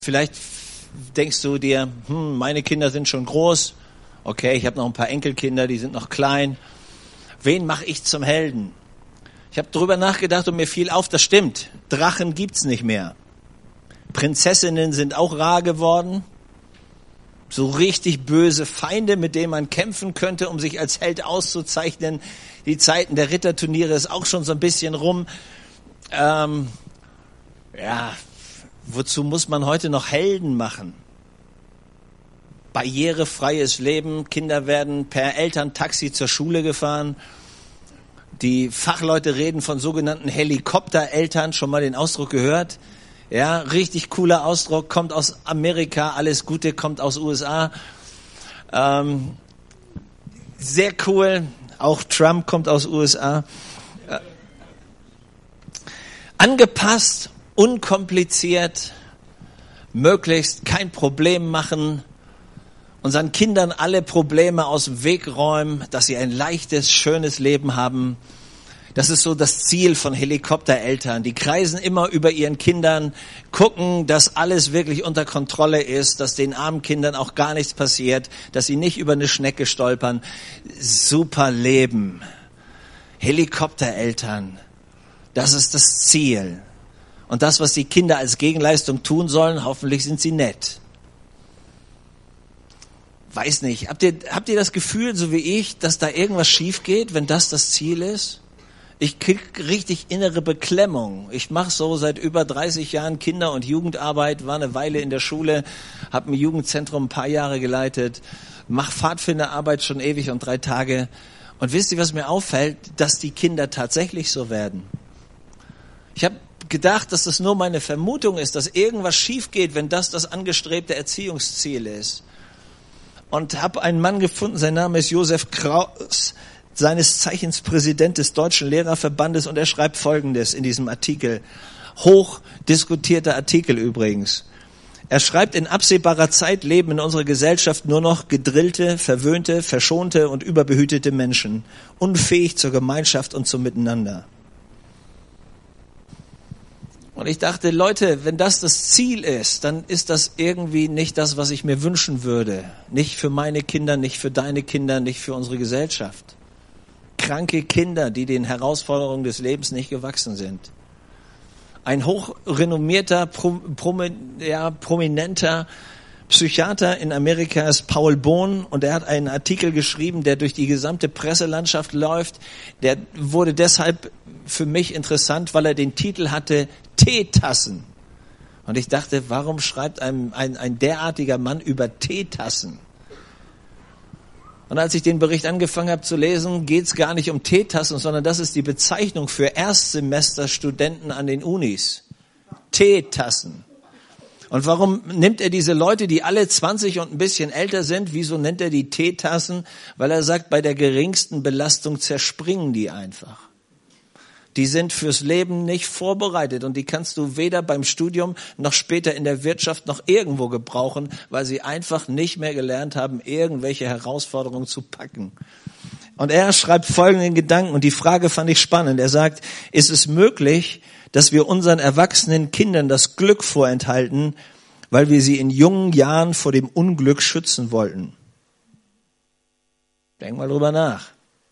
Vielleicht denkst du dir, meine Kinder sind schon groß. Okay, ich habe noch ein paar Enkelkinder, die sind noch klein. Wen mache ich zum Helden? Ich habe darüber nachgedacht und mir fiel auf, das stimmt. Drachen gibt's nicht mehr. Prinzessinnen sind auch rar geworden. So richtig böse Feinde, mit denen man kämpfen könnte, um sich als Held auszuzeichnen. Die Zeiten der Ritterturniere ist auch schon so ein bisschen rum. Wozu muss man heute noch Helden machen? Barrierefreies Leben, Kinder werden per Elterntaxi zur Schule gefahren. Die Fachleute reden von sogenannten Helikoptereltern, schon mal den Ausdruck gehört? Ja, richtig cooler Ausdruck, kommt aus Amerika, alles Gute kommt aus USA. Sehr cool, auch Trump kommt aus USA. Angepasst, unkompliziert, möglichst kein Problem machen, unseren Kindern alle Probleme aus dem Weg räumen, dass sie ein leichtes, schönes Leben haben. Das ist so das Ziel von Helikoptereltern. Die kreisen immer über ihren Kindern, gucken, dass alles wirklich unter Kontrolle ist, dass den armen Kindern auch gar nichts passiert, dass sie nicht über eine Schnecke stolpern. Super Leben. Helikoptereltern. Das ist das Ziel. Und das, was die Kinder als Gegenleistung tun sollen, hoffentlich sind sie nett. Weiß nicht, habt ihr das Gefühl, so wie ich, dass da irgendwas schief geht, wenn das Ziel ist? Ich krieg richtig innere Beklemmung. Ich mache so seit über 30 Jahren Kinder- und Jugendarbeit, war eine Weile in der Schule, habe ein Jugendzentrum ein paar Jahre geleitet, mache Pfadfinderarbeit schon ewig und 3 Tage. Und wisst ihr, was mir auffällt? Dass die Kinder tatsächlich so werden. Ich habe gedacht, dass das nur meine Vermutung ist, dass irgendwas schief geht, wenn das angestrebte Erziehungsziel ist. Und habe einen Mann gefunden, sein Name ist Josef Kraus, seines Zeichens Präsident des Deutschen Lehrerverbandes, und er schreibt Folgendes in diesem Artikel. Hoch diskutierter Artikel übrigens. Er schreibt, in absehbarer Zeit leben in unserer Gesellschaft nur noch gedrillte, verwöhnte, verschonte und überbehütete Menschen, unfähig zur Gemeinschaft und zum Miteinander. Und ich dachte, Leute, wenn das Ziel ist, dann ist das irgendwie nicht das, was ich mir wünschen würde. Nicht für meine Kinder, nicht für deine Kinder, nicht für unsere Gesellschaft. Kranke Kinder, die den Herausforderungen des Lebens nicht gewachsen sind. Ein hochrenommierter, prominenter Psychiater in Amerika ist Paul Bohn, und er hat einen Artikel geschrieben, der durch die gesamte Presselandschaft läuft. Der wurde deshalb für mich interessant, weil er den Titel hatte, Teetassen. Und ich dachte, warum schreibt ein derartiger Mann über Teetassen? Und als ich den Bericht angefangen habe zu lesen, geht es gar nicht um Teetassen, sondern das ist die Bezeichnung für Erstsemesterstudenten an den Unis. Teetassen. Und warum nimmt er diese Leute, die alle 20 und ein bisschen älter sind, wieso nennt er die Teetassen? Weil er sagt, bei der geringsten Belastung zerspringen die einfach. Die sind fürs Leben nicht vorbereitet und die kannst du weder beim Studium noch später in der Wirtschaft noch irgendwo gebrauchen, weil sie einfach nicht mehr gelernt haben, irgendwelche Herausforderungen zu packen. Und er schreibt folgenden Gedanken, und die Frage fand ich spannend. Er sagt, ist es möglich, dass wir unseren erwachsenen Kindern das Glück vorenthalten, weil wir sie in jungen Jahren vor dem Unglück schützen wollten? Denk mal drüber nach.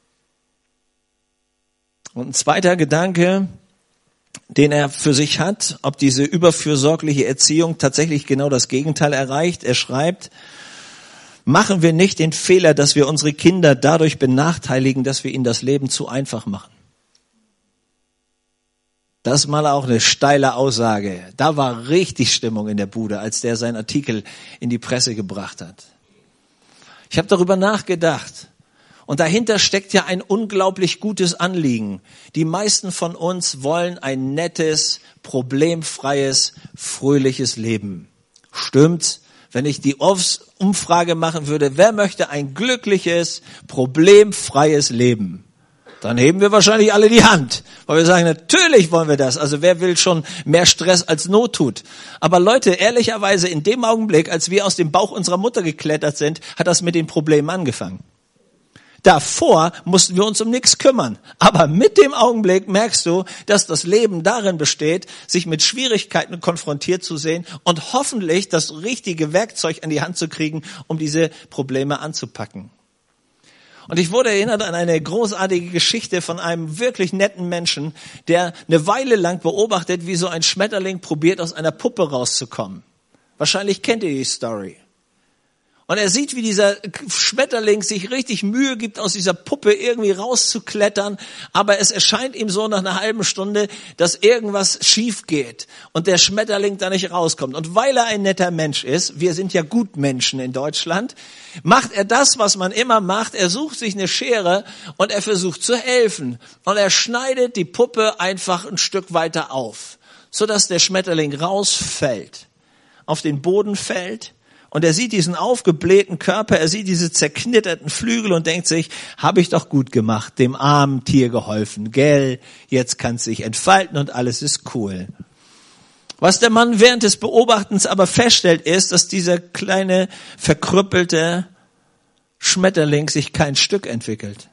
Und ein zweiter Gedanke, den er für sich hat, ob diese überfürsorgliche Erziehung tatsächlich genau das Gegenteil erreicht. Er schreibt, machen wir nicht den Fehler, dass wir unsere Kinder dadurch benachteiligen, dass wir ihnen das Leben zu einfach machen. Das ist mal auch eine steile Aussage. Da war richtig Stimmung in der Bude, als der seinen Artikel in die Presse gebracht hat. Ich habe darüber nachgedacht. Und dahinter steckt ja ein unglaublich gutes Anliegen. Die meisten von uns wollen ein nettes, problemfreies, fröhliches Leben. Stimmt's? Wenn ich die Umfrage machen würde, wer möchte ein glückliches, problemfreies Leben? Dann heben wir wahrscheinlich alle die Hand, weil wir sagen, natürlich wollen wir das. Also wer will schon mehr Stress als Not tut? Aber Leute, ehrlicherweise, in dem Augenblick, als wir aus dem Bauch unserer Mutter geklettert sind, hat das mit den Problemen angefangen. Davor mussten wir uns um nichts kümmern. Aber mit dem Augenblick merkst du, dass das Leben darin besteht, sich mit Schwierigkeiten konfrontiert zu sehen und hoffentlich das richtige Werkzeug an die Hand zu kriegen, um diese Probleme anzupacken. Und ich wurde erinnert an eine großartige Geschichte von einem wirklich netten Menschen, der eine Weile lang beobachtet, wie so ein Schmetterling probiert, aus einer Puppe rauszukommen. Wahrscheinlich kennt ihr die Story. Und er sieht, wie dieser Schmetterling sich richtig Mühe gibt, aus dieser Puppe irgendwie rauszuklettern. Aber es erscheint ihm so nach einer halben Stunde, dass irgendwas schief geht und der Schmetterling da nicht rauskommt. Und weil er ein netter Mensch ist, wir sind ja Gutmenschen in Deutschland, macht er das, was man immer macht. Er sucht sich eine Schere und er versucht zu helfen. Und er schneidet die Puppe einfach ein Stück weiter auf, sodass der Schmetterling rausfällt, auf den Boden fällt. Und er sieht diesen aufgeblähten Körper, er sieht diese zerknitterten Flügel und denkt sich, habe ich doch gut gemacht, dem armen Tier geholfen, gell, jetzt kann es sich entfalten und alles ist cool. Was der Mann während des Beobachtens aber feststellt, ist, dass dieser kleine, verkrüppelte Schmetterling sich kein Stück entwickelt.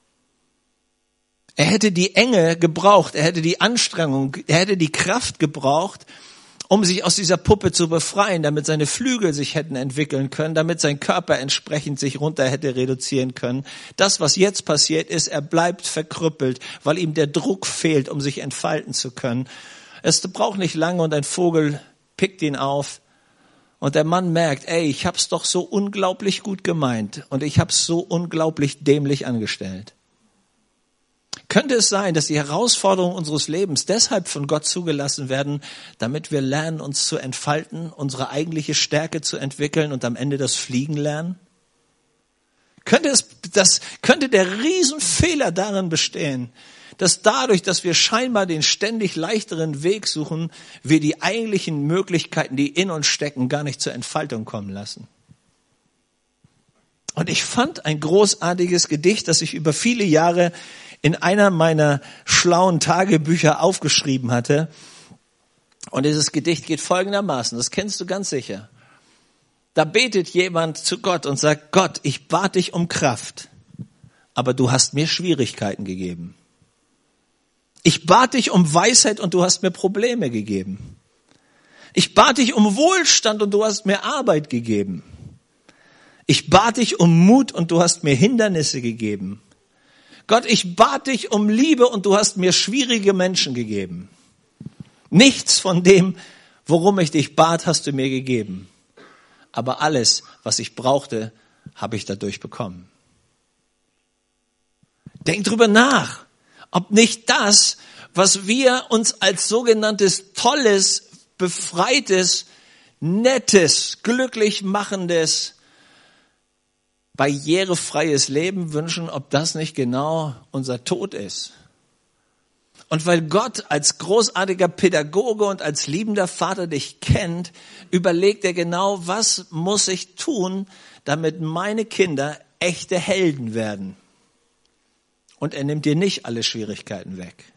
Er hätte die Enge gebraucht, er hätte die Anstrengung, er hätte die Kraft gebraucht, um sich aus dieser Puppe zu befreien, damit seine Flügel sich hätten entwickeln können, damit sein Körper entsprechend sich runter hätte reduzieren können. Das, was jetzt passiert ist, er bleibt verkrüppelt, weil ihm der Druck fehlt, um sich entfalten zu können. Es braucht nicht lange und ein Vogel pickt ihn auf und der Mann merkt, ey, ich hab's doch so unglaublich gut gemeint und ich hab's so unglaublich dämlich angestellt. Könnte es sein, dass die Herausforderungen unseres Lebens deshalb von Gott zugelassen werden, damit wir lernen, uns zu entfalten, unsere eigentliche Stärke zu entwickeln und am Ende das Fliegen lernen? Könnte der Riesenfehler darin bestehen, dass dadurch, dass wir scheinbar den ständig leichteren Weg suchen, wir die eigentlichen Möglichkeiten, die in uns stecken, gar nicht zur Entfaltung kommen lassen? Und ich fand ein großartiges Gedicht, das ich über viele Jahre in einer meiner schlauen Tagebücher aufgeschrieben hatte. Und dieses Gedicht geht folgendermaßen, das kennst du ganz sicher. Da betet jemand zu Gott und sagt, Gott, ich bat dich um Kraft, aber du hast mir Schwierigkeiten gegeben. Ich bat dich um Weisheit und du hast mir Probleme gegeben. Ich bat dich um Wohlstand und du hast mir Arbeit gegeben. Ich bat dich um Mut und du hast mir Hindernisse gegeben. Gott, ich bat dich um Liebe und du hast mir schwierige Menschen gegeben. Nichts von dem, worum ich dich bat, hast du mir gegeben. Aber alles, was ich brauchte, habe ich dadurch bekommen. Denk drüber nach, ob nicht das, was wir uns als sogenanntes tolles, befreites, nettes, glücklich machendes, barrierefreies Leben wünschen, ob das nicht genau unser Tod ist. Und weil Gott als großartiger Pädagoge und als liebender Vater dich kennt, überlegt er genau, was muss ich tun, damit meine Kinder echte Helden werden. Und er nimmt dir nicht alle Schwierigkeiten weg.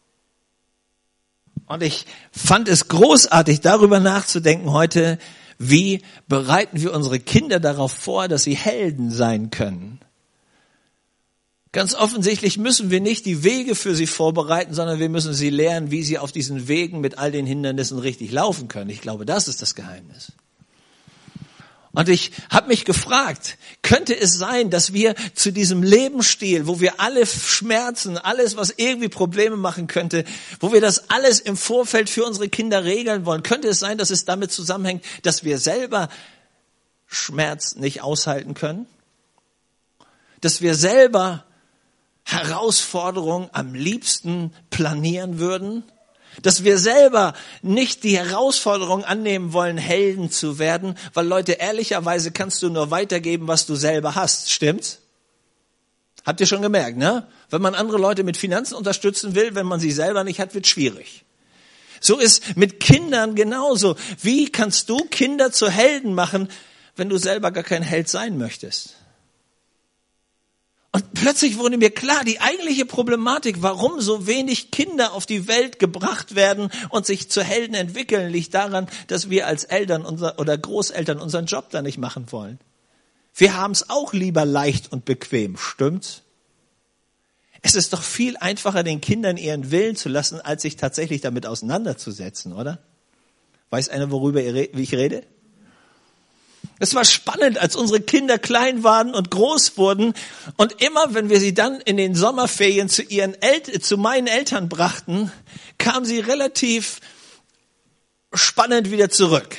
Und ich fand es großartig, darüber nachzudenken heute, wie bereiten wir unsere Kinder darauf vor, dass sie Helden sein können? Ganz offensichtlich müssen wir nicht die Wege für sie vorbereiten, sondern wir müssen sie lernen, wie sie auf diesen Wegen mit all den Hindernissen richtig laufen können. Ich glaube, das ist das Geheimnis. Und ich habe mich gefragt, könnte es sein, dass wir zu diesem Lebensstil, wo wir alle Schmerzen, alles, was irgendwie Probleme machen könnte, wo wir das alles im Vorfeld für unsere Kinder regeln wollen, könnte es sein, dass es damit zusammenhängt, dass wir selber Schmerz nicht aushalten können? Dass wir selber Herausforderungen am liebsten planieren würden? Dass wir selber nicht die Herausforderung annehmen wollen, Helden zu werden, weil Leute, ehrlicherweise kannst du nur weitergeben, was du selber hast. Stimmt's? Habt ihr schon gemerkt, ne? Wenn man andere Leute mit Finanzen unterstützen will, wenn man sie selber nicht hat, wird schwierig. So ist mit Kindern genauso. Wie kannst du Kinder zu Helden machen, wenn du selber gar kein Held sein möchtest? Und plötzlich wurde mir klar, die eigentliche Problematik, warum so wenig Kinder auf die Welt gebracht werden und sich zu Helden entwickeln, liegt daran, dass wir als Eltern oder Großeltern unseren Job da nicht machen wollen. Wir haben es auch lieber leicht und bequem, stimmt's? Es ist doch viel einfacher, den Kindern ihren Willen zu lassen, als sich tatsächlich damit auseinanderzusetzen, oder? Weiß einer, worüber wie ich rede? Es war spannend, als unsere Kinder klein waren und groß wurden. Und immer, wenn wir sie dann in den Sommerferien zu meinen Eltern brachten, kamen sie relativ spannend wieder zurück.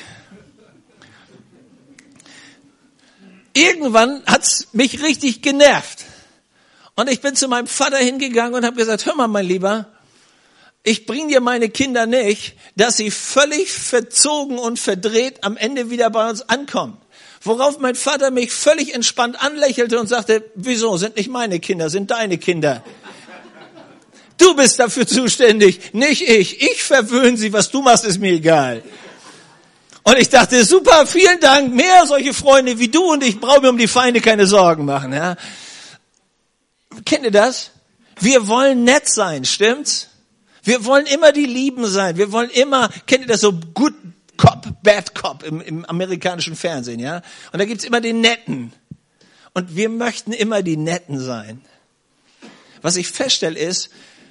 Irgendwann hat's mich richtig genervt. Und ich bin zu meinem Vater hingegangen und habe gesagt, hör mal, mein Lieber, ich bringe dir meine Kinder nicht, dass sie völlig verzogen und verdreht am Ende wieder bei uns ankommen. Worauf mein Vater mich völlig entspannt anlächelte und sagte, wieso, sind nicht meine Kinder, sind deine Kinder. Du bist dafür zuständig, nicht ich. Ich verwöhne sie, was du machst, ist mir egal. Und ich dachte, super, vielen Dank, mehr solche Freunde wie du und ich brauche mir um die Feinde keine Sorgen machen. Ja. Kennt ihr das? Wir wollen nett sein, stimmt's? Wir wollen immer die Lieben sein. Wir wollen immer, kennt ihr das so, Good Cop, Bad Cop im amerikanischen Fernsehen, ja? Und da gibt's immer den Netten. Und wir möchten immer die Netten sein. Was ich feststelle ist,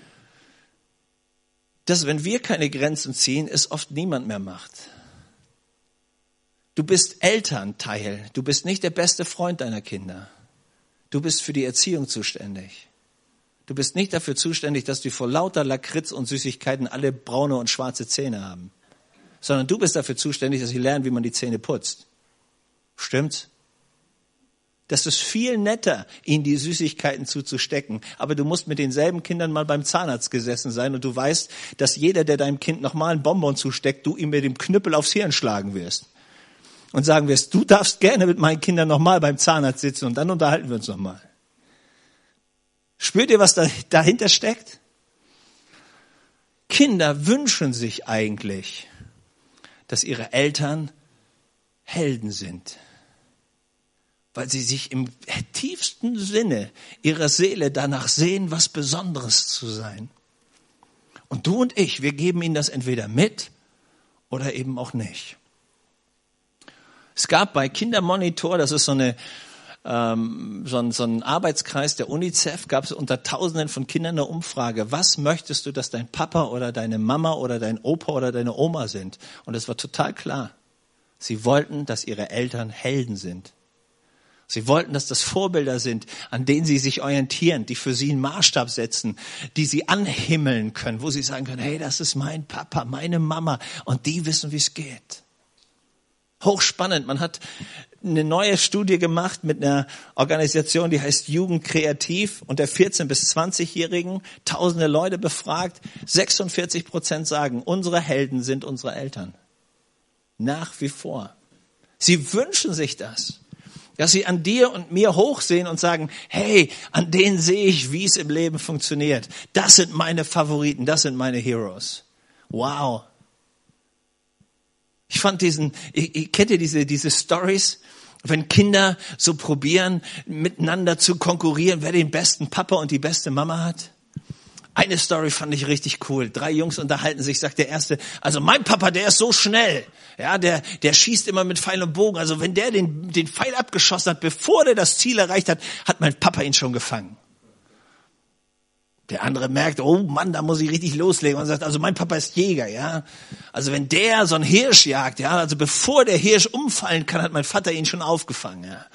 dass wenn wir keine Grenzen ziehen, es oft niemand mehr macht. Du bist Elternteil. Du bist nicht der beste Freund deiner Kinder. Du bist für die Erziehung zuständig. Du bist nicht dafür zuständig, dass die vor lauter Lakritz und Süßigkeiten alle braune und schwarze Zähne haben. Sondern du bist dafür zuständig, dass sie lernen, wie man die Zähne putzt. Stimmt's? Das ist viel netter, ihnen die Süßigkeiten zuzustecken. Aber du musst mit denselben Kindern mal beim Zahnarzt gesessen sein und du weißt, dass jeder, der deinem Kind nochmal einen Bonbon zusteckt, du ihm mit dem Knüppel aufs Hirn schlagen wirst. Und sagen wirst, du darfst gerne mit meinen Kindern nochmal beim Zahnarzt sitzen und dann unterhalten wir uns nochmal. Spürt ihr, was dahinter steckt? Kinder wünschen sich eigentlich, dass ihre Eltern Helden sind, weil sie sich im tiefsten Sinne ihrer Seele danach sehen, was Besonderes zu sein. Und du und ich, wir geben ihnen das entweder mit oder eben auch nicht. Es gab bei Kindermonitor, das ist so ein Arbeitskreis der UNICEF, gab es unter Tausenden von Kindern eine Umfrage. Was möchtest du, dass dein Papa oder deine Mama oder dein Opa oder deine Oma sind? Und es war total klar. Sie wollten, dass ihre Eltern Helden sind. Sie wollten, dass das Vorbilder sind, an denen sie sich orientieren, die für sie einen Maßstab setzen, die sie anhimmeln können, wo sie sagen können, hey, das ist mein Papa, meine Mama und die wissen, wie es geht. Hochspannend. Man hat eine neue Studie gemacht mit einer Organisation, die heißt Jugend Kreativ, unter 14- bis 20-Jährigen, tausende Leute befragt. 46% sagen, unsere Helden sind unsere Eltern. Nach wie vor. Sie wünschen sich das, dass sie an dir und mir hochsehen und sagen, hey, an denen sehe ich, wie es im Leben funktioniert. Das sind meine Favoriten, das sind meine Heroes. Wow. Ich fand kennt ihr diese Stories, wenn Kinder so probieren, miteinander zu konkurrieren, wer den besten Papa und die beste Mama hat? Eine Story fand ich richtig cool. 3 Jungs unterhalten sich, sagt der Erste, also mein Papa, der ist so schnell. Ja, der schießt immer mit Pfeil und Bogen. Also wenn der den Pfeil abgeschossen hat, bevor der das Ziel erreicht hat, hat mein Papa ihn schon gefangen. Der andere merkt, oh Mann, da muss ich richtig loslegen und sagt, also mein Papa ist Jäger, ja. Also wenn der so einen Hirsch jagt, ja, also bevor der Hirsch umfallen kann, hat mein Vater ihn schon aufgefangen, ja.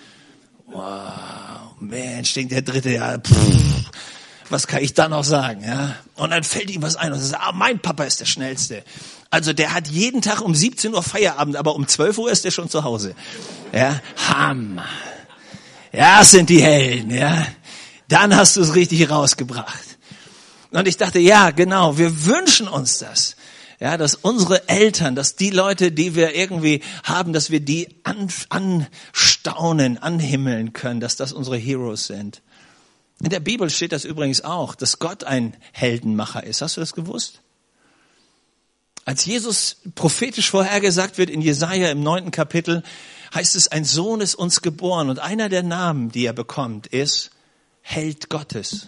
Wow, Mensch, denkt der Dritte, ja, was kann ich da noch sagen, ja? Und dann fällt ihm was ein und sagt, mein Papa ist der Schnellste. Also der hat jeden Tag um 17 Uhr Feierabend, aber um 12 Uhr ist er schon zu Hause. Ja, Hammer. Ja, das sind die Helden, ja. Dann hast du es richtig rausgebracht. Und ich dachte, ja, genau, wir wünschen uns das. Ja, dass unsere Eltern, dass die Leute, die wir irgendwie haben, dass wir die anstaunen, anhimmeln können, dass das unsere Heroes sind. In der Bibel steht das übrigens auch, dass Gott ein Heldenmacher ist. Hast du das gewusst? Als Jesus prophetisch vorhergesagt wird in Jesaja im 9. Kapitel, heißt es, ein Sohn ist uns geboren. Und einer der Namen, die er bekommt, ist Held Gottes.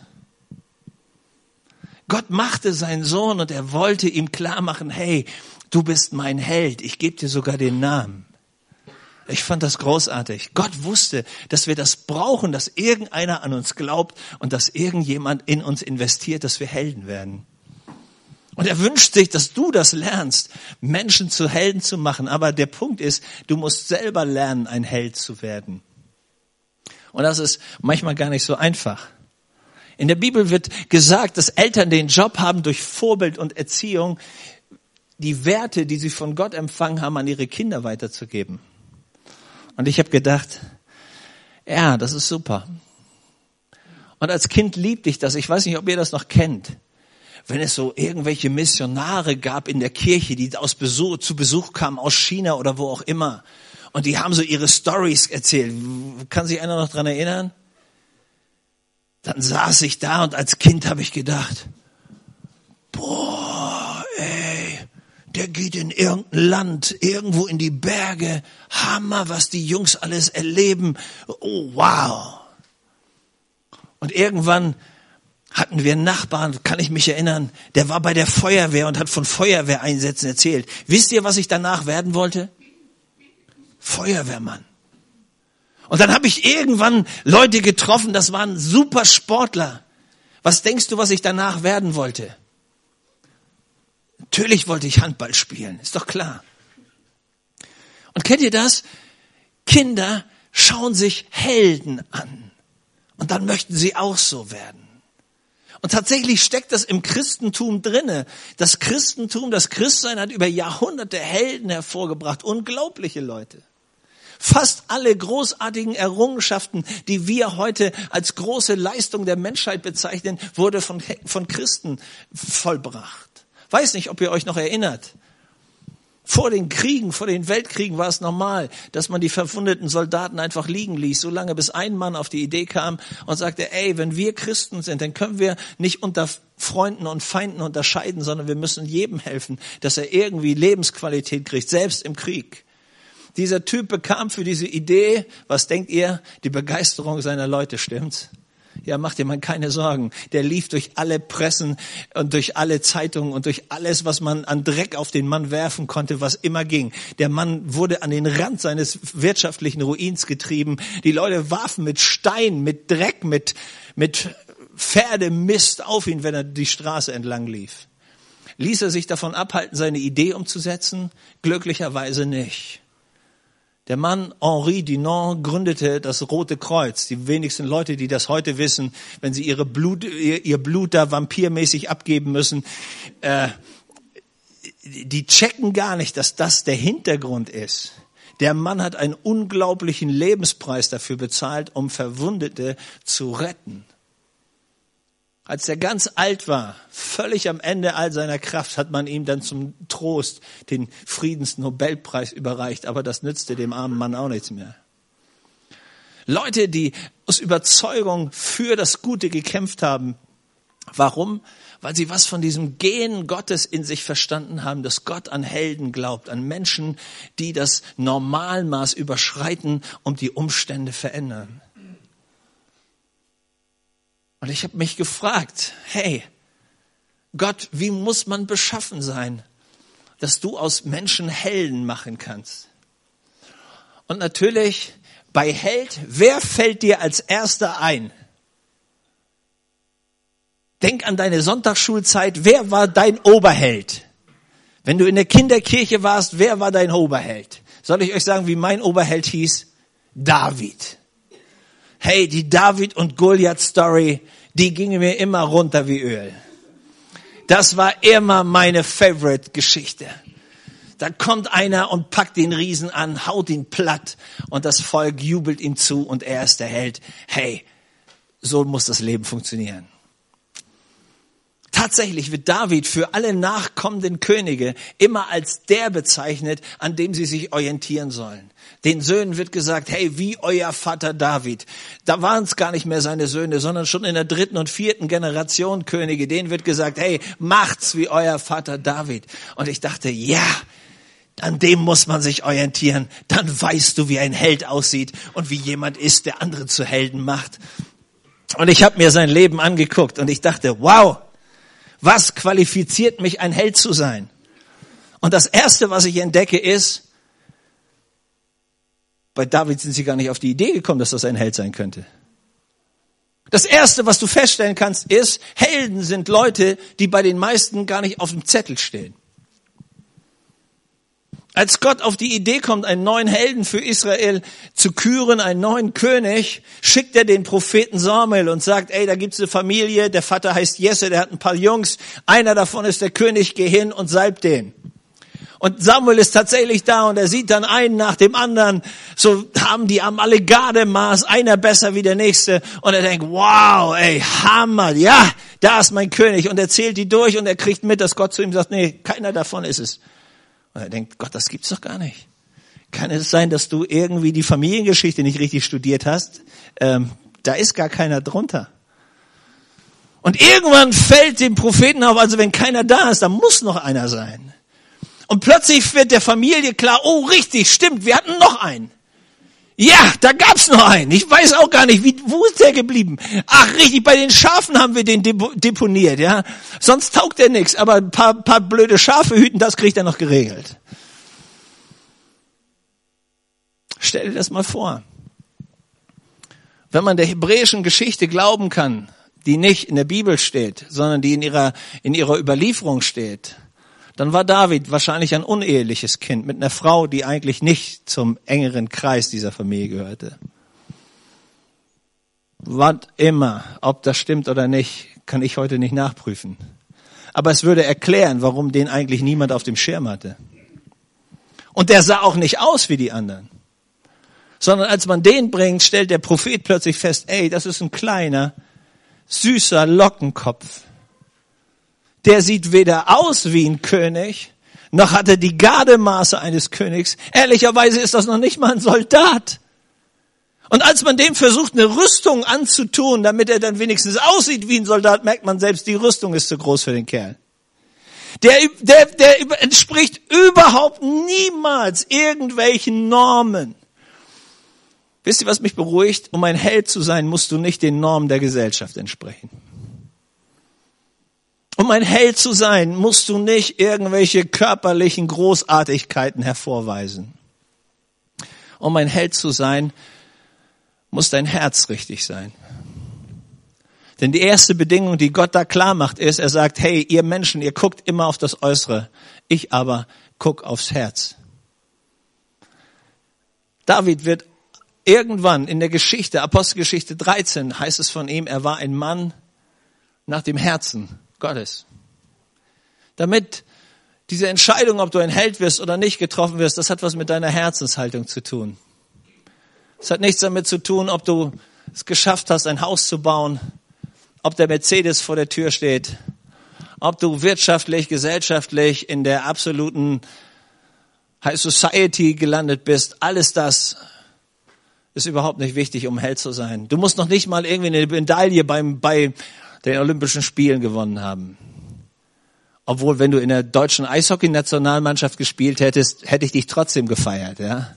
Gott machte seinen Sohn und er wollte ihm klar machen, hey, du bist mein Held, ich gebe dir sogar den Namen. Ich fand das großartig. Gott wusste, dass wir das brauchen, dass irgendeiner an uns glaubt und dass irgendjemand in uns investiert, dass wir Helden werden. Und er wünscht sich, dass du das lernst, Menschen zu Helden zu machen. Aber der Punkt ist, du musst selber lernen, ein Held zu werden. Und das ist manchmal gar nicht so einfach. In der Bibel wird gesagt, dass Eltern den Job haben, durch Vorbild und Erziehung die Werte, die sie von Gott empfangen haben, an ihre Kinder weiterzugeben. Und ich habe gedacht, ja, das ist super. Und als Kind liebte ich das. Ich weiß nicht, ob ihr das noch kennt. Wenn es so irgendwelche Missionare gab in der Kirche, die zu Besuch kamen aus China oder wo auch immer. Und die haben so ihre Stories erzählt. Kann sich einer noch dran erinnern? Dann saß ich da und als Kind habe ich gedacht, boah, ey, der geht in irgendein Land, irgendwo in die Berge. Hammer, was die Jungs alles erleben. Oh, wow. Und irgendwann hatten wir einen Nachbarn, kann ich mich erinnern, der war bei der Feuerwehr und hat von Feuerwehreinsätzen erzählt. Wisst ihr, was ich danach werden wollte? Feuerwehrmann. Und dann habe ich irgendwann Leute getroffen, das waren super Sportler. Was denkst du, was ich danach werden wollte? Natürlich wollte ich Handball spielen, ist doch klar. Und kennt ihr das? Kinder schauen sich Helden an. Und dann möchten sie auch so werden. Und tatsächlich steckt das im Christentum drinne. Das Christentum, das Christsein hat über Jahrhunderte Helden hervorgebracht. Unglaubliche Leute. Fast alle großartigen Errungenschaften, die wir heute als große Leistung der Menschheit bezeichnen, wurde von Christen vollbracht. Weiß nicht, ob ihr euch noch erinnert. Vor den Kriegen, vor den Weltkriegen war es normal, dass man die verwundeten Soldaten einfach liegen ließ, solange bis ein Mann auf die Idee kam und sagte, ey, wenn wir Christen sind, dann können wir nicht unter Freunden und Feinden unterscheiden, sondern wir müssen jedem helfen, dass er irgendwie Lebensqualität kriegt, selbst im Krieg. Dieser Typ bekam für diese Idee, was denkt ihr, die Begeisterung seiner Leute, stimmt's? Ja, macht dir mal keine Sorgen. Der lief durch alle Pressen und durch alle Zeitungen und durch alles, was man an Dreck auf den Mann werfen konnte, was immer ging. Der Mann wurde an den Rand seines wirtschaftlichen Ruins getrieben. Die Leute warfen mit Stein, mit Dreck, mit Pferdemist auf ihn, wenn er die Straße entlang lief. Ließ er sich davon abhalten, seine Idee umzusetzen? Glücklicherweise nicht. Der Mann Henri Dunant gründete das Rote Kreuz. Die wenigsten Leute, die das heute wissen, wenn sie ihr Blut da vampirmäßig abgeben müssen, die checken gar nicht, dass das der Hintergrund ist. Der Mann hat einen unglaublichen Lebenspreis dafür bezahlt, um Verwundete zu retten. Als er ganz alt war, völlig am Ende all seiner Kraft, hat man ihm dann zum Trost den Friedensnobelpreis überreicht. Aber das nützte dem armen Mann auch nichts mehr. Leute, die aus Überzeugung für das Gute gekämpft haben. Warum? Weil sie was von diesem Gen Gottes in sich verstanden haben, dass Gott an Helden glaubt, an Menschen, die das Normalmaß überschreiten und die Umstände verändern. Und ich habe mich gefragt, hey, Gott, wie muss man beschaffen sein, dass du aus Menschen Helden machen kannst? Und natürlich bei Held, wer fällt dir als erster ein? Denk an deine Sonntagsschulzeit, wer war dein Oberheld? Wenn du in der Kinderkirche warst, wer war dein Oberheld? Soll ich euch sagen, wie mein Oberheld hieß? David. Hey, die David und Goliath Story, die ging mir immer runter wie Öl. Das war immer meine Favorite-Geschichte. Da kommt einer und packt den Riesen an, haut ihn platt und das Volk jubelt ihm zu und er ist der Held. Hey, so muss das Leben funktionieren. Tatsächlich wird David für alle nachkommenden Könige immer als der bezeichnet, an dem sie sich orientieren sollen. Den Söhnen wird gesagt, hey, wie euer Vater David. Da waren es gar nicht mehr seine Söhne, sondern schon in der 3. und 4. Generation Könige. Denen wird gesagt, hey, macht's wie euer Vater David. Und ich dachte, ja, an dem muss man sich orientieren. Dann weißt du, wie ein Held aussieht und wie jemand ist, der andere zu Helden macht. Und ich habe mir sein Leben angeguckt und ich dachte, wow, was qualifiziert mich, ein Held zu sein? Und das Erste, was ich entdecke, ist, Bei David sind sie gar nicht auf die Idee gekommen, dass das ein Held sein könnte. Das Erste, was du feststellen kannst, ist, Helden sind Leute, die bei den meisten gar nicht auf dem Zettel stehen. Als Gott auf die Idee kommt, einen neuen Helden für Israel zu küren, einen neuen König, schickt er den Propheten Samuel und sagt, ey, da gibt's eine Familie, der Vater heißt Jesse, der hat ein paar Jungs, einer davon ist der König, geh hin und salb den. Und Samuel ist tatsächlich da und er sieht dann einen nach dem anderen, so haben alle Gardemaß, einer besser wie der nächste. Und er denkt, wow, ey, Hammer, ja, da ist mein König. Und er zählt die durch und er kriegt mit, dass Gott zu ihm sagt, nee, keiner davon ist es. Und er denkt, Gott, das gibt's doch gar nicht. Kann es sein, dass du irgendwie die Familiengeschichte nicht richtig studiert hast? Da ist gar keiner drunter. Und irgendwann fällt dem Propheten auf, also wenn keiner da ist, dann muss noch einer sein. Und plötzlich wird der Familie klar, oh richtig, stimmt, wir hatten noch einen. Ja, da gab's noch einen. Ich weiß auch gar nicht, wo ist der geblieben? Ach richtig, bei den Schafen haben wir den deponiert, ja. Sonst taugt der nichts, aber ein paar blöde Schafe hüten, das kriegt er noch geregelt. Stell dir das mal vor. Wenn man der hebräischen Geschichte glauben kann, die nicht in der Bibel steht, sondern die in ihrer Überlieferung steht, dann war David wahrscheinlich ein uneheliches Kind mit einer Frau, die eigentlich nicht zum engeren Kreis dieser Familie gehörte. Was immer, ob das stimmt oder nicht, kann ich heute nicht nachprüfen. Aber es würde erklären, warum den eigentlich niemand auf dem Schirm hatte. Und der sah auch nicht aus wie die anderen. Sondern als man den bringt, stellt der Prophet plötzlich fest, ey, das ist ein kleiner, süßer Lockenkopf. Der sieht weder aus wie ein König, noch hat er die Gardemaße eines Königs. Ehrlicherweise ist das noch nicht mal ein Soldat. Und als man dem versucht, eine Rüstung anzutun, damit er dann wenigstens aussieht wie ein Soldat, merkt man selbst, die Rüstung ist zu groß für den Kerl. Der entspricht überhaupt niemals irgendwelchen Normen. Wisst ihr, was mich beruhigt? Um ein Held zu sein, musst du nicht den Normen der Gesellschaft entsprechen. Um ein Held zu sein, musst du nicht irgendwelche körperlichen Großartigkeiten hervorweisen. Um ein Held zu sein, muss dein Herz richtig sein. Denn die erste Bedingung, die Gott da klar macht, ist, er sagt, hey, ihr Menschen, ihr guckt immer auf das Äußere. Ich aber guck aufs Herz. David wird irgendwann in der Geschichte, Apostelgeschichte 13, heißt es von ihm, er war ein Mann nach dem Herzen Gottes. Damit diese Entscheidung, ob du ein Held wirst oder nicht, getroffen wirst, das hat was mit deiner Herzenshaltung zu tun. Es hat nichts damit zu tun, ob du es geschafft hast, ein Haus zu bauen, ob der Mercedes vor der Tür steht, ob du wirtschaftlich, gesellschaftlich in der absoluten High Society gelandet bist. Alles das ist überhaupt nicht wichtig, um Held zu sein. Du musst noch nicht mal irgendwie eine Medaille bei den Olympischen Spielen gewonnen haben. Obwohl, wenn du in der deutschen Eishockey-Nationalmannschaft gespielt hättest, hätte ich dich trotzdem gefeiert, ja.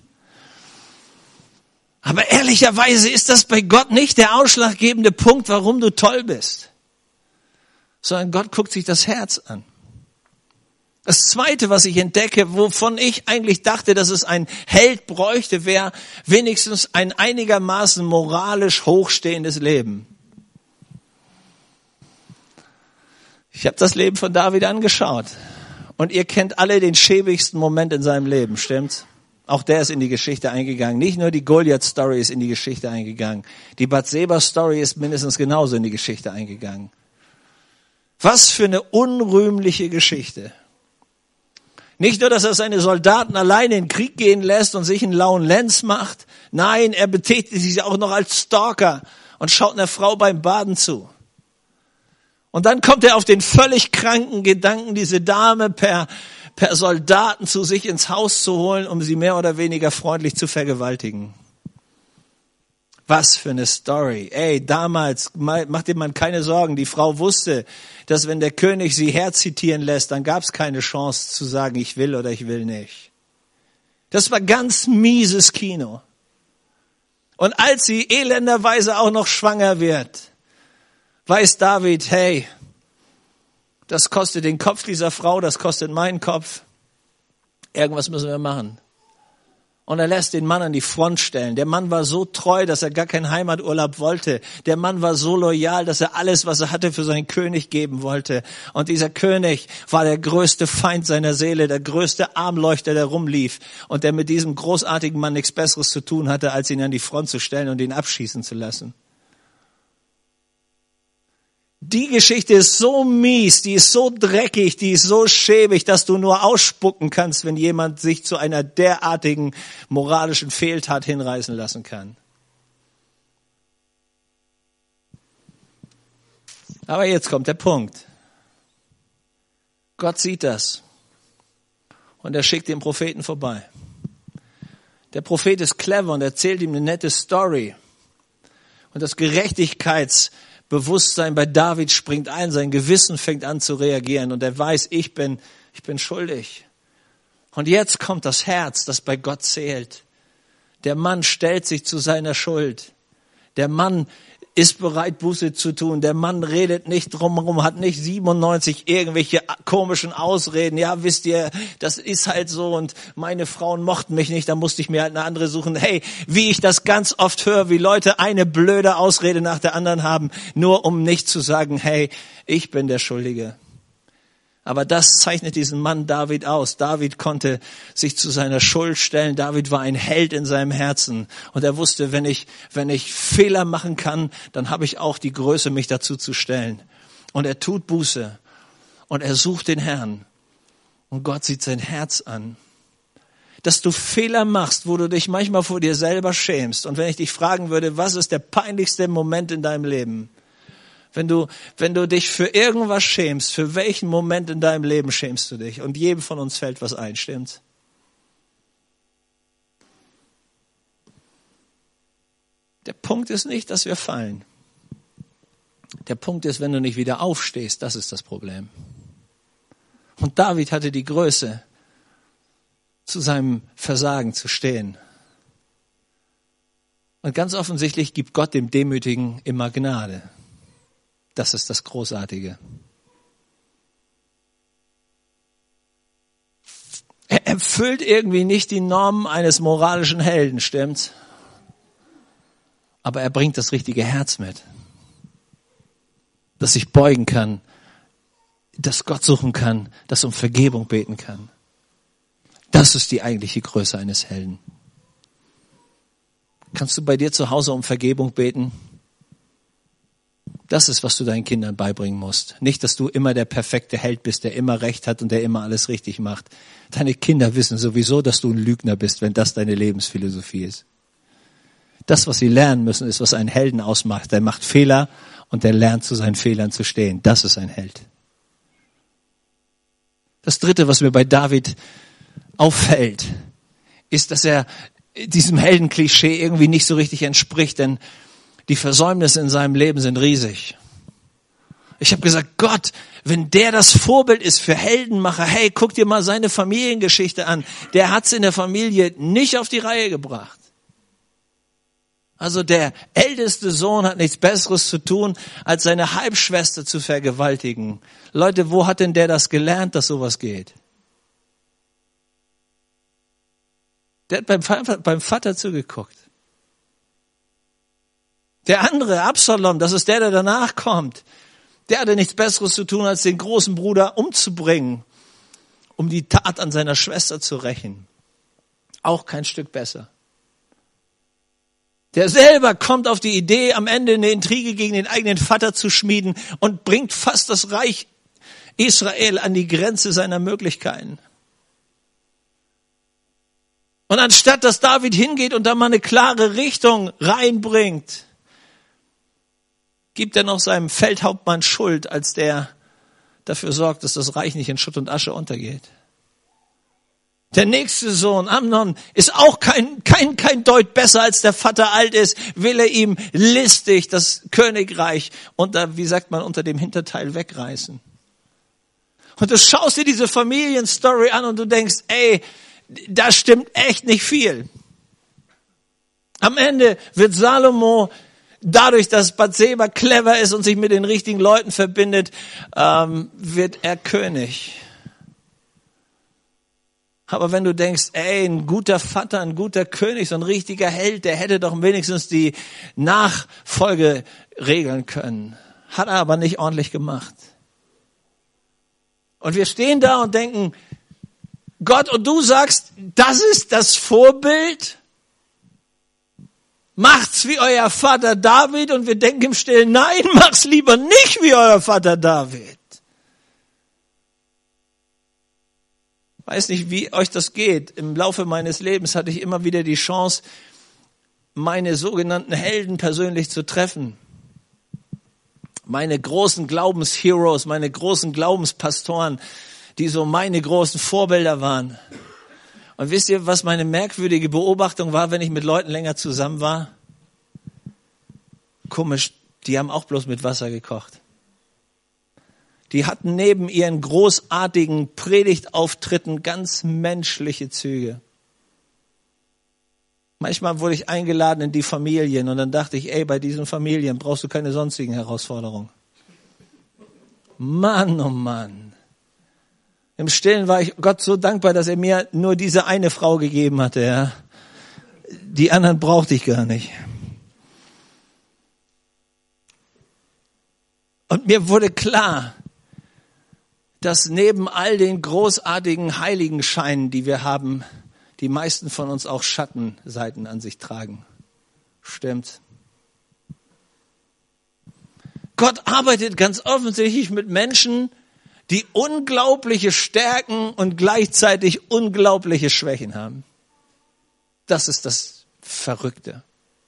Aber ehrlicherweise ist das bei Gott nicht der ausschlaggebende Punkt, warum du toll bist. Sondern Gott guckt sich das Herz an. Das Zweite, was ich entdecke, wovon ich eigentlich dachte, dass es ein Held bräuchte, wäre wenigstens ein einigermaßen moralisch hochstehendes Leben. Ich habe das Leben von David angeschaut und ihr kennt alle den schäbigsten Moment in seinem Leben, stimmt's? Auch der ist in die Geschichte eingegangen. Nicht nur die Goliath-Story ist in die Geschichte eingegangen. Die Bathseba-Story ist mindestens genauso in die Geschichte eingegangen. Was für eine unrühmliche Geschichte. Nicht nur, dass er seine Soldaten alleine in den Krieg gehen lässt und sich einen lauen Lenz macht. Nein, er betätigt sich auch noch als Stalker und schaut einer Frau beim Baden zu. Und dann kommt er auf den völlig kranken Gedanken, diese Dame per Soldaten zu sich ins Haus zu holen, um sie mehr oder weniger freundlich zu vergewaltigen. Was für eine Story. Ey, damals, mach dir mal keine Sorgen, die Frau wusste, dass wenn der König sie herzitieren lässt, dann gab es keine Chance zu sagen, ich will oder ich will nicht. Das war ganz mieses Kino. Und als sie elenderweise auch noch schwanger wird, weiß David, hey, das kostet den Kopf dieser Frau, das kostet meinen Kopf. Irgendwas müssen wir machen. Und er lässt den Mann an die Front stellen. Der Mann war so treu, dass er gar keinen Heimaturlaub wollte. Der Mann war so loyal, dass er alles, was er hatte, für seinen König geben wollte. Und dieser König war der größte Feind seiner Seele, der größte Armleuchter, der rumlief. Und der mit diesem großartigen Mann nichts Besseres zu tun hatte, als ihn an die Front zu stellen und ihn abschießen zu lassen. Die Geschichte ist so mies, die ist so dreckig, die ist so schäbig, dass du nur ausspucken kannst, wenn jemand sich zu einer derartigen moralischen Fehltat hinreißen lassen kann. Aber jetzt kommt der Punkt. Gott sieht das und er schickt den Propheten vorbei. Der Prophet ist clever und erzählt ihm eine nette Story. Und das Gerechtigkeitsbewusstsein bei David springt ein, sein Gewissen fängt an zu reagieren und er weiß, ich bin schuldig. Und jetzt kommt das Herz, das bei Gott zählt. Der Mann stellt sich zu seiner Schuld. Der Mann ist bereit, Buße zu tun. Der Mann redet nicht drumherum, hat nicht 97 irgendwelche komischen Ausreden. Ja, wisst ihr, das ist halt so und meine Frauen mochten mich nicht, da musste ich mir halt eine andere suchen. Hey, wie ich das ganz oft höre, wie Leute eine blöde Ausrede nach der anderen haben, nur um nicht zu sagen, hey, ich bin der Schuldige. Aber das zeichnet diesen Mann David aus. David konnte sich zu seiner Schuld stellen. David war ein Held in seinem Herzen. Und er wusste, wenn ich Fehler machen kann, dann habe ich auch die Größe, mich dazu zu stellen. Und er tut Buße. Und er sucht den Herrn. Und Gott sieht sein Herz an. Dass du Fehler machst, wo du dich manchmal vor dir selber schämst. Und wenn ich dich fragen würde, was ist der peinlichste Moment in deinem Leben? Wenn du dich für irgendwas schämst, für welchen Moment in deinem Leben schämst du dich? Und jedem von uns fällt was ein, stimmt's? Der Punkt ist nicht, dass wir fallen. Der Punkt ist, wenn du nicht wieder aufstehst, das ist das Problem. Und David hatte die Größe, zu seinem Versagen zu stehen. Und ganz offensichtlich gibt Gott dem Demütigen immer Gnade. Das ist das Großartige. Er erfüllt irgendwie nicht die Normen eines moralischen Helden, stimmt's? Aber er bringt das richtige Herz mit. Das sich beugen kann, das Gott suchen kann, das um Vergebung beten kann. Das ist die eigentliche Größe eines Helden. Kannst du bei dir zu Hause um Vergebung beten? Das ist, was du deinen Kindern beibringen musst. Nicht, dass du immer der perfekte Held bist, der immer Recht hat und der immer alles richtig macht. Deine Kinder wissen sowieso, dass du ein Lügner bist, wenn das deine Lebensphilosophie ist. Das, was sie lernen müssen, ist, was einen Helden ausmacht. Der macht Fehler und der lernt, zu seinen Fehlern zu stehen. Das ist ein Held. Das Dritte, was mir bei David auffällt, ist, dass er diesem Heldenklischee irgendwie nicht so richtig entspricht, denn die Versäumnisse in seinem Leben sind riesig. Ich habe gesagt, Gott, wenn der das Vorbild ist für Heldenmacher, hey, guck dir mal seine Familiengeschichte an. Der hat's in der Familie nicht auf die Reihe gebracht. Also der älteste Sohn hat nichts Besseres zu tun, als seine Halbschwester zu vergewaltigen. Leute, wo hat denn der das gelernt, dass sowas geht? Der hat beim Vater zugeguckt. Der andere, Absalom, das ist der danach kommt. Der hatte nichts Besseres zu tun, als den großen Bruder umzubringen, um die Tat an seiner Schwester zu rächen. Auch kein Stück besser. Der selber kommt auf die Idee, am Ende eine Intrige gegen den eigenen Vater zu schmieden und bringt fast das Reich Israel an die Grenze seiner Möglichkeiten. Und anstatt, dass David hingeht und da mal eine klare Richtung reinbringt, gibt er noch seinem Feldhauptmann Schuld, als der dafür sorgt, dass das Reich nicht in Schutt und Asche untergeht. Der nächste Sohn, Amnon, ist auch kein Deut besser, als der Vater alt ist, will er ihm listig das Königreich unter dem Hinterteil wegreißen. Und du schaust dir diese Familienstory an und du denkst, ey, da stimmt echt nicht viel. Am Ende wird Salomo, dadurch, dass Bathseba clever ist und sich mit den richtigen Leuten verbindet, wird er König. Aber wenn du denkst, ey, ein guter Vater, ein guter König, so ein richtiger Held, der hätte doch wenigstens die Nachfolge regeln können. Hat er aber nicht ordentlich gemacht. Und wir stehen da und denken, Gott, und du sagst, das ist das Vorbild? Macht's wie euer Vater David, und wir denken im Stillen, nein, mach's lieber nicht wie euer Vater David. Weiß nicht, wie euch das geht. Im Laufe meines Lebens hatte ich immer wieder die Chance, meine sogenannten Helden persönlich zu treffen. Meine großen Glaubensheroes, meine großen Glaubenspastoren, die so meine großen Vorbilder waren. Und wisst ihr, was meine merkwürdige Beobachtung war, wenn ich mit Leuten länger zusammen war? Komisch, die haben auch bloß mit Wasser gekocht. Die hatten neben ihren großartigen Predigtauftritten ganz menschliche Züge. Manchmal wurde ich eingeladen in die Familien und dann dachte ich, ey, bei diesen Familien brauchst du keine sonstigen Herausforderungen. Mann, oh Mann. Im Stillen war ich Gott so dankbar, dass er mir nur diese eine Frau gegeben hatte. Ja. Die anderen brauchte ich gar nicht. Und mir wurde klar, dass neben all den großartigen Heiligenscheinen, die wir haben, die meisten von uns auch Schattenseiten an sich tragen. Stimmt. Gott arbeitet ganz offensichtlich mit Menschen, die unglaubliche Stärken und gleichzeitig unglaubliche Schwächen haben. Das ist das Verrückte.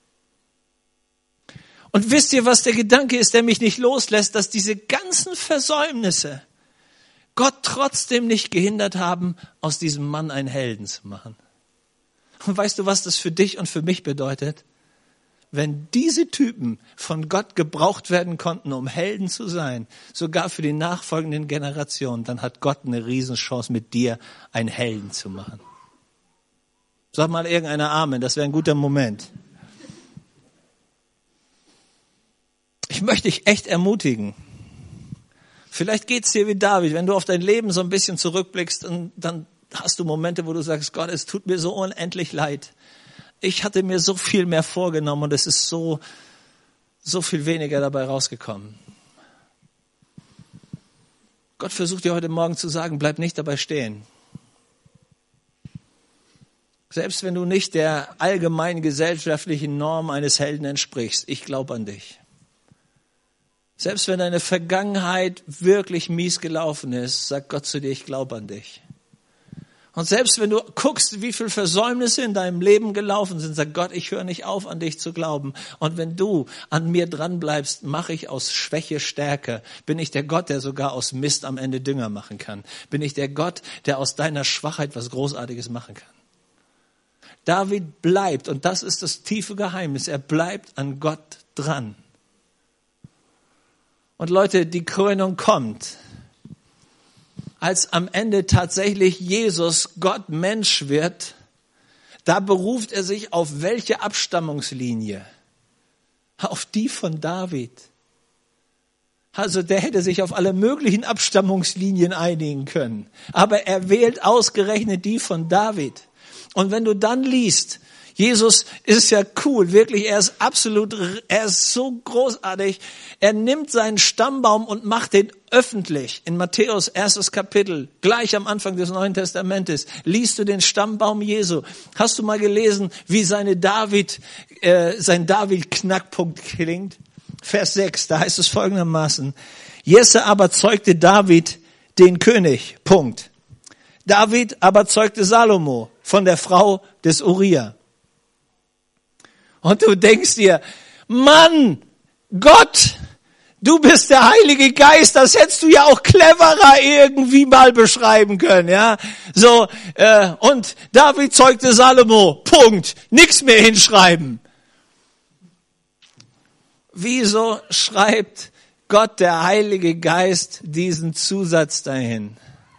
Und wisst ihr, was der Gedanke ist, der mich nicht loslässt, dass diese ganzen Versäumnisse Gott trotzdem nicht gehindert haben, aus diesem Mann einen Helden zu machen. Und weißt du, was das für dich und für mich bedeutet? Wenn diese Typen von Gott gebraucht werden konnten, um Helden zu sein, sogar für die nachfolgenden Generationen, dann hat Gott eine Riesenchance, mit dir einen Helden zu machen. Sag mal irgendeiner Amen, das wäre ein guter Moment. Ich möchte dich echt ermutigen. Vielleicht geht's dir wie David, wenn du auf dein Leben so ein bisschen zurückblickst und dann hast du Momente, wo du sagst, Gott, es tut mir so unendlich leid. Ich hatte mir so viel mehr vorgenommen und es ist so viel weniger dabei rausgekommen. Gott versucht dir heute Morgen zu sagen, bleib nicht dabei stehen. Selbst wenn du nicht der allgemeinen gesellschaftlichen Norm eines Helden entsprichst, ich glaube an dich. Selbst wenn deine Vergangenheit wirklich mies gelaufen ist, sagt Gott zu dir, ich glaube an dich. Und selbst wenn du guckst, wie viele Versäumnisse in deinem Leben gelaufen sind, sagt Gott, ich höre nicht auf, an dich zu glauben. Und wenn du an mir dran bleibst, mache ich aus Schwäche Stärke. Bin ich der Gott, der sogar aus Mist am Ende Dünger machen kann? Bin ich der Gott, der aus deiner Schwachheit was Großartiges machen kann? David bleibt, und das ist das tiefe Geheimnis, er bleibt an Gott dran. Und Leute, die Krönung kommt, als am Ende tatsächlich Jesus Gott Mensch wird, da beruft er sich auf welche Abstammungslinie? Auf die von David. Also der hätte sich auf alle möglichen Abstammungslinien einigen können. Aber er wählt ausgerechnet die von David. Und wenn du dann liest, Jesus ist ja cool, wirklich, er ist so großartig. Er nimmt seinen Stammbaum und macht den öffentlich. In Matthäus 1. Kapitel, gleich am Anfang des Neuen Testamentes, liest du den Stammbaum Jesu. Hast du mal gelesen, wie sein David-Knackpunkt klingt? Vers 6, da heißt es folgendermaßen: Jesse aber zeugte David den König. Punkt. David aber zeugte Salomo von der Frau des Uriah. Und du denkst dir, Mann, Gott, du bist der Heilige Geist, das hättest du ja auch cleverer irgendwie mal beschreiben können, ja. So, und David zeugte Salomo, Punkt, nichts mehr hinschreiben. Wieso schreibt Gott, der Heilige Geist, diesen Zusatz dahin?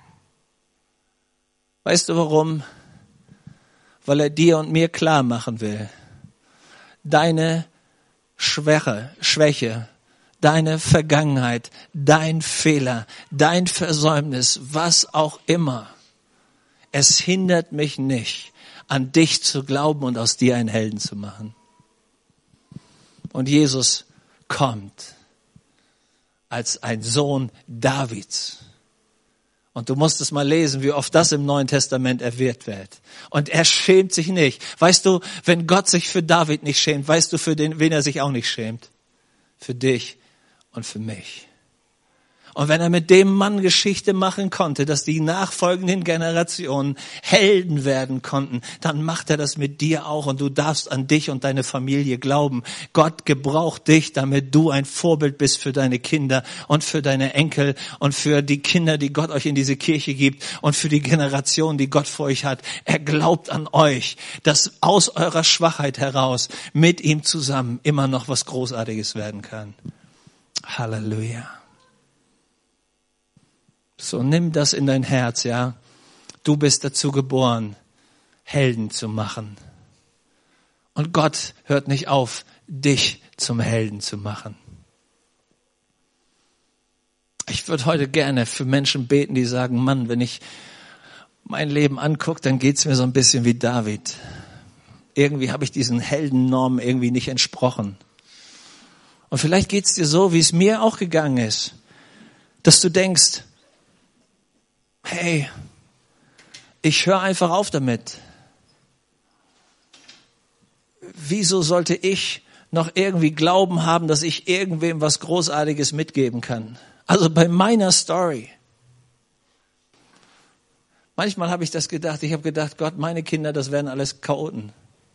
Weißt du warum? Weil er dir und mir klar machen will, deine Schwäche, deine Vergangenheit, dein Fehler, dein Versäumnis, was auch immer. es hindert mich nicht, an dich zu glauben und aus dir einen Helden zu machen. Und Jesus kommt als ein Sohn Davids. Und du musst es mal lesen, wie oft das im Neuen Testament erwähnt wird. Und er schämt sich nicht. Weißt du, wenn Gott sich für David nicht schämt, weißt du, für wen er sich auch nicht schämt? Für dich und für mich. Und wenn er mit dem Mann Geschichte machen konnte, dass die nachfolgenden Generationen Helden werden konnten, dann macht er das mit dir auch. Und du darfst an dich und deine Familie glauben. Gott gebraucht dich, damit du ein Vorbild bist für deine Kinder und für deine Enkel und für die Kinder, die Gott euch in diese Kirche gibt und für die Generation, die Gott vor euch hat. Er glaubt an euch, dass aus eurer Schwachheit heraus mit ihm zusammen immer noch was Großartiges werden kann. Halleluja. So, nimm das in dein Herz, ja. Du bist dazu geboren, Helden zu machen. Und Gott hört nicht auf, dich zum Helden zu machen. Ich würde heute gerne für Menschen beten, die sagen, Mann, wenn ich mein Leben angucke, dann geht's mir so ein bisschen wie David. Irgendwie habe ich diesen Heldennormen irgendwie nicht entsprochen. Und vielleicht geht's dir so, wie es mir auch gegangen ist, dass du denkst, hey, ich höre einfach auf damit. Wieso sollte ich noch irgendwie Glauben haben, dass ich irgendwem was Großartiges mitgeben kann? Also bei meiner Story. Manchmal habe ich das gedacht. Ich habe gedacht, Gott, meine Kinder, das werden alles Chaoten.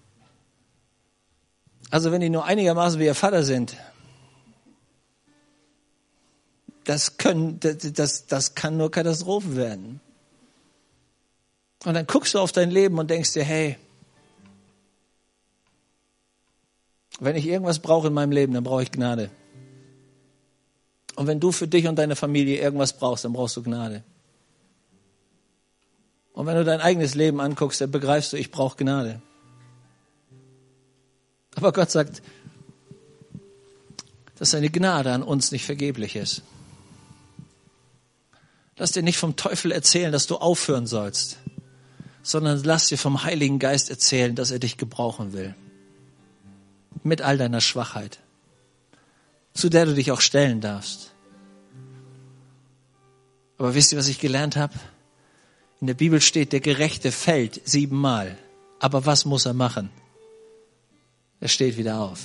Also wenn die nur einigermaßen wie ihr Vater sind, das kann nur Katastrophen werden. Und dann guckst du auf dein Leben und denkst dir, hey, wenn ich irgendwas brauche in meinem Leben, dann brauche ich Gnade. Und wenn du für dich und deine Familie irgendwas brauchst, dann brauchst du Gnade. Und wenn du dein eigenes Leben anguckst, dann begreifst du, ich brauche Gnade. Aber Gott sagt, dass seine Gnade an uns nicht vergeblich ist. Lass dir nicht vom Teufel erzählen, dass du aufhören sollst, sondern lass dir vom Heiligen Geist erzählen, dass er dich gebrauchen will. Mit all deiner Schwachheit, zu der du dich auch stellen darfst. Aber wisst ihr, was ich gelernt habe? In der Bibel steht, der Gerechte fällt 7-mal. Aber was muss er machen? Er steht wieder auf.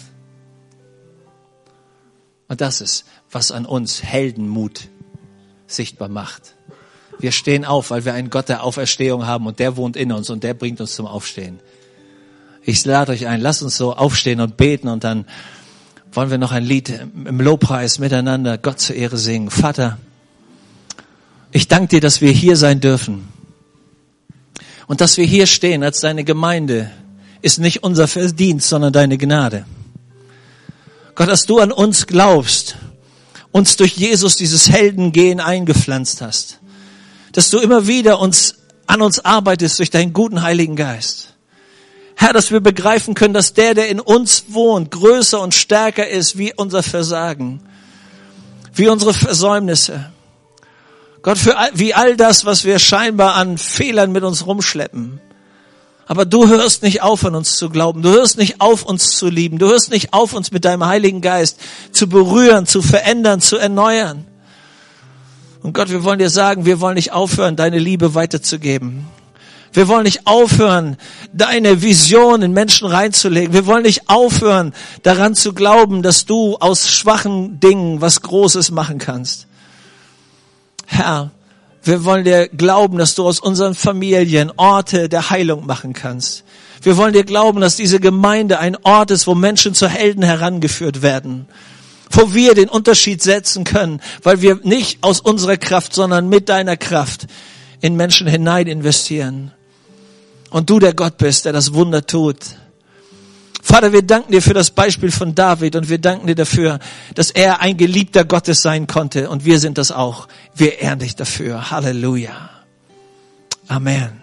Und das ist, was an uns Heldenmut sichtbar macht. Wir stehen auf, weil wir einen Gott der Auferstehung haben und der wohnt in uns und der bringt uns zum Aufstehen. Ich lade euch ein, lasst uns so aufstehen und beten und dann wollen wir noch ein Lied im Lobpreis miteinander Gott zur Ehre singen. Vater, ich danke dir, dass wir hier sein dürfen und dass wir hier stehen als deine Gemeinde, ist nicht unser Verdienst, sondern deine Gnade. Gott, dass du an uns glaubst, uns durch Jesus dieses Heldengehen eingepflanzt hast. Dass du immer wieder an uns arbeitest durch deinen guten Heiligen Geist. Herr, dass wir begreifen können, dass der in uns wohnt, größer und stärker ist wie unser Versagen, wie unsere Versäumnisse. Gott, wie all das, was wir scheinbar an Fehlern mit uns rumschleppen. Aber du hörst nicht auf, an uns zu glauben. Du hörst nicht auf, uns zu lieben. Du hörst nicht auf, uns mit deinem Heiligen Geist zu berühren, zu verändern, zu erneuern. Und Gott, wir wollen dir sagen, wir wollen nicht aufhören, deine Liebe weiterzugeben. Wir wollen nicht aufhören, deine Vision in Menschen reinzulegen. Wir wollen nicht aufhören, daran zu glauben, dass du aus schwachen Dingen was Großes machen kannst. Herr, wir wollen dir glauben, dass du aus unseren Familien Orte der Heilung machen kannst. Wir wollen dir glauben, dass diese Gemeinde ein Ort ist, wo Menschen zu Helden herangeführt werden. Wo wir den Unterschied setzen können, weil wir nicht aus unserer Kraft, sondern mit deiner Kraft in Menschen hinein investieren. Und du der Gott bist, der das Wunder tut. Vater, wir danken dir für das Beispiel von David und wir danken dir dafür, dass er ein Geliebter Gottes sein konnte und wir sind das auch. Wir ehren dich dafür. Halleluja. Amen.